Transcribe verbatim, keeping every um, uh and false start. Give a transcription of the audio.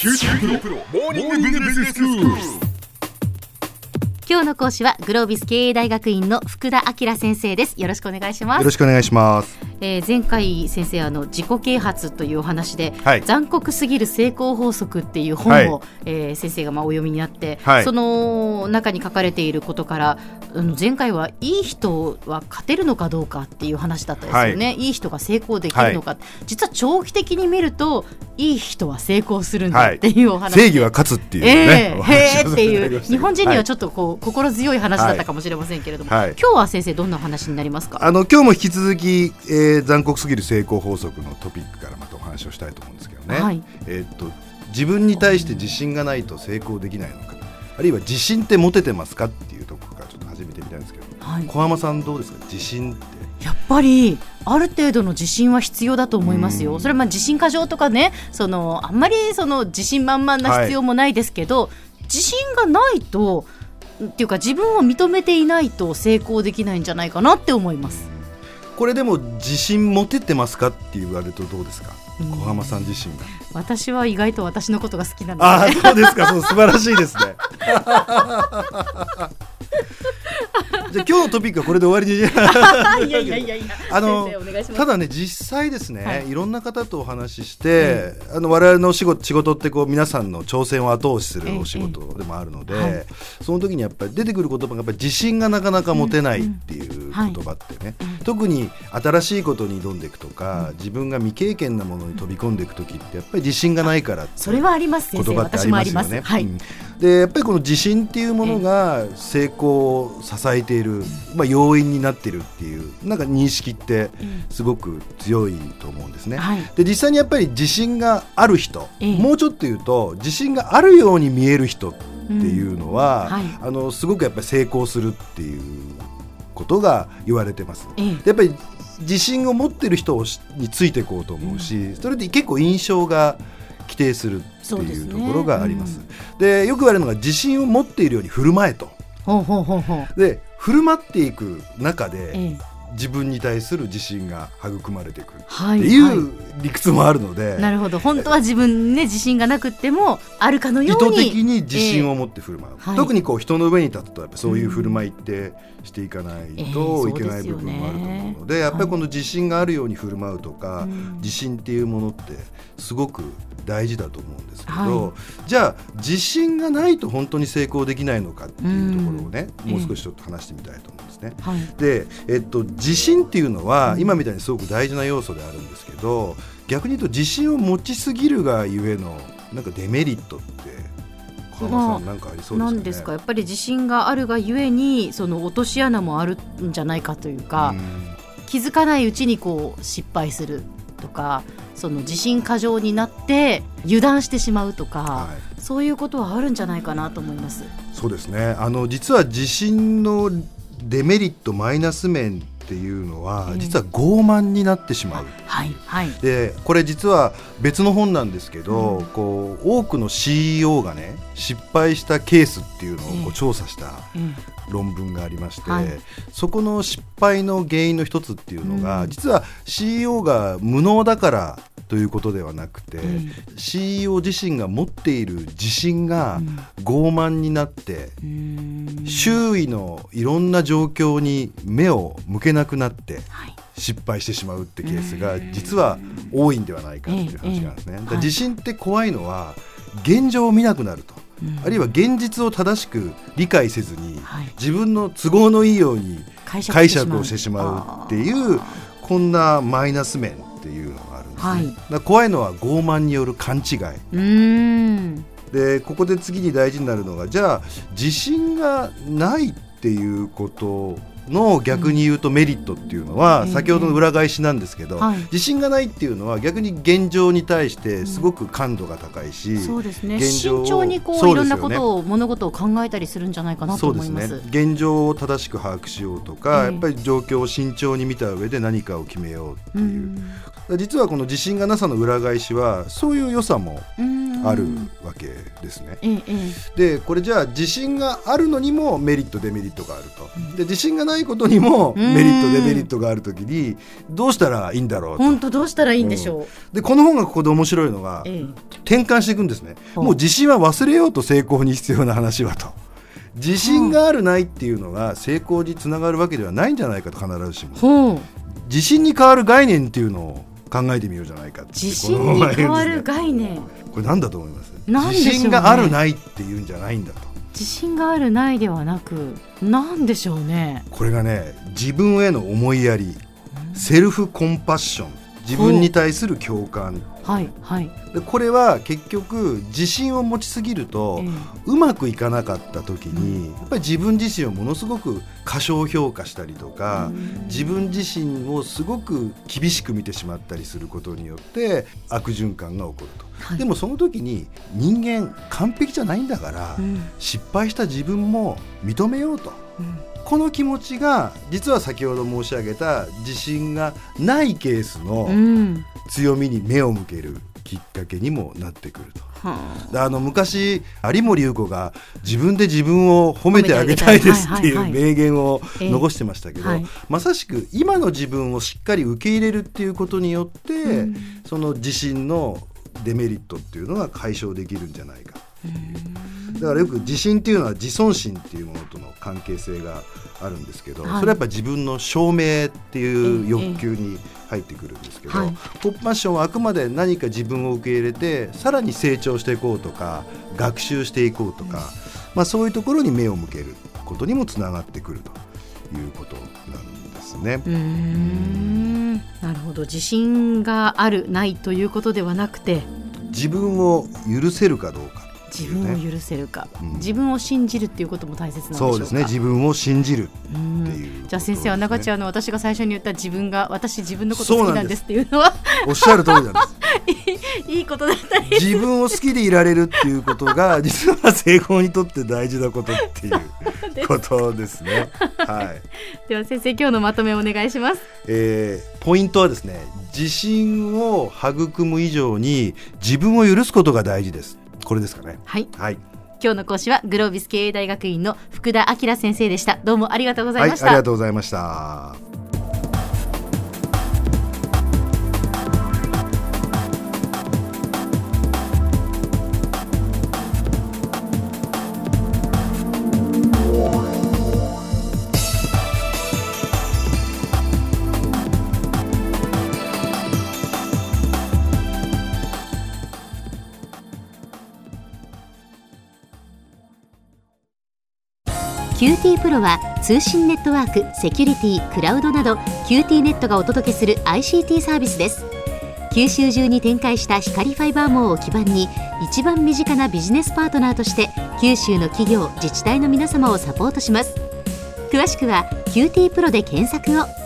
キューティープロモーニングビジネススクール。 今日の講師はグロービス経営大学院の福田明先生です。よろしくお願いします。 よろしくお願いします。 えー、前回先生あの自己啓発というお話で、 はい、 残酷すぎる成功法則っていう本を、はいえー、先生がまあお読みになって、はい、その中に書かれていることからあの前回はいい人は勝てるのかどうかっていう話だったですよね、はい、いい人が成功できるのか、はい、実は長期的に見るといい人は成功するんだっていうお話、はい、 正義は勝つっていうね、 えー、へーっていう日本人にはちょっとこう、はい、心強い話だったかもしれませんけれども、はい、今日は先生どんな話になりますか？ あの今日も引き続き、えー、残酷すぎる成功法則のトピックからまたお話をしたいと思うんですけどね、はいえー、っと自分に対して自信がないと成功できないのか、あるいは自信って持ててますかっていうところからちょっと始めてみたいんですけど、はい、小浜さんどうですか？自信ってやっぱりある程度の自信は必要だと思いますよ。それはまあ自信過剰とかね、そのあんまりその自信満々な必要もないですけど、はい、自信がないとっていうか自分を認めていないと成功できないんじゃないかなって思います。 これでも自信持ててますかって言われるとどうですか？小浜さん自身が。 私は意外と私のことが好きなので。 ああそうですか。そう素晴らしいですね。じゃあ今日のトピックはこれで終わりにいやいやいやいやあのただね実際ですね、はい、いろんな方とお話しして、うん、あの我々の仕事、仕事ってこう皆さんの挑戦を後押しするお仕事でもあるので、ええはい、その時にやっぱり出てくる言葉がやっぱり自信がなかなか持てないっていう言葉ってね、うんうんはい、特に新しいことに挑んでいくとか、うん、自分が未経験なものに飛び込んでいく時ってやっぱり自信がないからってそれはあります先生。 言葉ってありますよね、はいうん、でやっぱりこの自信っていうものが成功を支えている、まあ、要因になっているっていうなんか認識ってすごく強いと思うんですね、はい、で実際にやっぱり自信がある人、ええ、もうちょっと言うと自信があるように見える人っていうのは、うんはい、あのすごくやっぱり成功するっていうことが言われてます、ええ、でやっぱり自信を持ってる人についていこうと思うし、うん、それで結構印象が規定するっていうところがあります。で、ねうん、でよく言われるのが自信を持っているように振る舞えと。 ほうほうほうほうで振る舞っていく中で、ええ、自分に対する自信が育まれていくっていう理屈もあるので、はいはい、 なるほど。本当は自分に、ね、自信がなくってもあるかのように意図的に自信を持って振る舞う、えー、特にこう人の上に立つとやっぱそういう振る舞いってしていかないといけない部分もあると思うので、やっぱりこの自信があるように振る舞うとか、はい、自信っていうものってすごく大事だと思うんですけど、はい、じゃあ自信がないと本当に成功できないのかっていうところをね、もう少しちょっと話してみたいと思うんですね、えー、で、えっと、自信っていうのは今みたいにすごく大事な要素であるんですけど、逆に言うと自信を持ちすぎるがゆえのなんかデメリットって小浜さんなんかありそうですかね。 なんですかやっぱり自信があるがゆえにその落とし穴もあるんじゃないかというか、うん気づかないうちにこう失敗するとか、その自信過剰になって油断してしまうとか、はい、そういうことはあるんじゃないかなと思います。 そうですね。あの実は自信のデメリットマイナス面っていうのは、えー、実は傲慢になってしまう、 はいはい、 でこれ実は別の本なんですけど、うん、こう多くの シーイーオー がね失敗したケースっていうのをこう調査した論文がありまして、えーはい、そこの失敗の原因の一つっていうのが、うん、実は シーイーオー が無能だからということではなくて、うん、シーイーオー 自身が持っている自信が傲慢になって、うん、周囲のいろんな状況に目を向けなくなって失敗してしまうってケースが実は多いんではないかという話なんですね。だから自信って怖いのは現状を見なくなると、うん、あるいは現実を正しく理解せずに、はい、自分の都合のいいように解釈をしてしまうっていうこんなマイナス面っていうのがあるんですね、はい、だから怖いのは傲慢による勘違い。うーんでここで次に大事になるのが、じゃあ自信がないっていうことの逆に言うとメリットっていうのは、うん、先ほどの裏返しなんですけど、えーはい、自信がないっていうのは逆に現状に対してすごく感度が高いし、うん、 そうですね、慎重にこういろんなことを物事を考えたりするんじゃないかなと思います。 そうですね、現状を正しく把握しようとか、えー、やっぱり状況を慎重に見た上で何かを決めようっていう、うん実はこの自信がなさの裏返しはそういう良さもあるわけですね、 ええ、 でこれじゃあ自信があるのにもメリットデメリットがあると、で自信がないことにもメリットデメリットがあるときにどうしたらいいんだろうと。 本当どうしたらいいんでしょう、うん、 でこの本がここで面白いのが、ええ、転換していくんですね。もう自信は忘れようと、成功に必要な話はと。自信があるないっていうのが成功につながるわけではないんじゃないかと。必ずしも、うん、自信に変わる概念っていうのを考えてみようじゃないかって。 自信に変わる概念、 これ何だと思います？ なんでしょうね。 自信があるないっていうんじゃないんだと。 自信があるないではなく何でしょうね。 これがね、自分への思いやり、セルフコンパッション、自分に対する共感、 はいはい、 でこれは結局自信を持ちすぎると、えー、うまくいかなかった時に、うん、やっぱり自分自身をものすごく過小評価したりとか、うん、自分自身をすごく厳しく見てしまったりすることによって悪循環が起こると、はい、でもその時に人間完璧じゃないんだから、うん、失敗した自分も認めようと、うん、この気持ちが実は先ほど申し上げた自信がないケースの強みに目を向けるきっかけにもなってくると、うん、あの昔有森裕子が自分で自分を褒めてあげたいですっていう名言を残してましたけど、はいはいはい、まさしく今の自分をしっかり受け入れるっていうことによって、うん、その自信のデメリットっていうのが解消できるんじゃないか。だからよく自信っていうのは自尊心っていうものとの関係性があるんですけど、はい、それはやっぱり自分の証明っていう欲求に入ってくるんですけど、はい、コンパッションはあくまで何か自分を受け入れてさらに成長していこうとか学習していこうとか、まあ、そういうところに目を向けることにもつながってくるということなんですね。 うーん、なるほど。自信があるないということではなくて自分を許せるかどうか、 自分を許せるか、うん、自分を信じるっていうことも大切なんでしょうか。 そうですね、自分を信じるっていう、ね、 じゃあ先生、あながちあの私が最初に言った自分が私自分のこと好きなんですっていうのはおっしゃる通りなんですいい、いいことだったり自分を好きでいられるっていうことが実は成功にとって大事なことっていうことですねはい、 では先生、今日のまとめをお願いします。 えー、ポイントはですね、自信を育む以上に自分を許すことが大事です。これですかね。 はい、 はい、 今日の講師はグロービス経営大学院の福田明先生でした。どうもありがとうございました。 はい、ありがとうございました。 キューティー プロは通信ネットワーク、セキュリティ、クラウドなど キューティー ネットがお届けする アイシーティー サービスです。九州中に展開した光ファイバー網を基盤に一番身近なビジネスパートナーとして九州の企業、自治体の皆様をサポートします。詳しくは キューティー プロで検索を。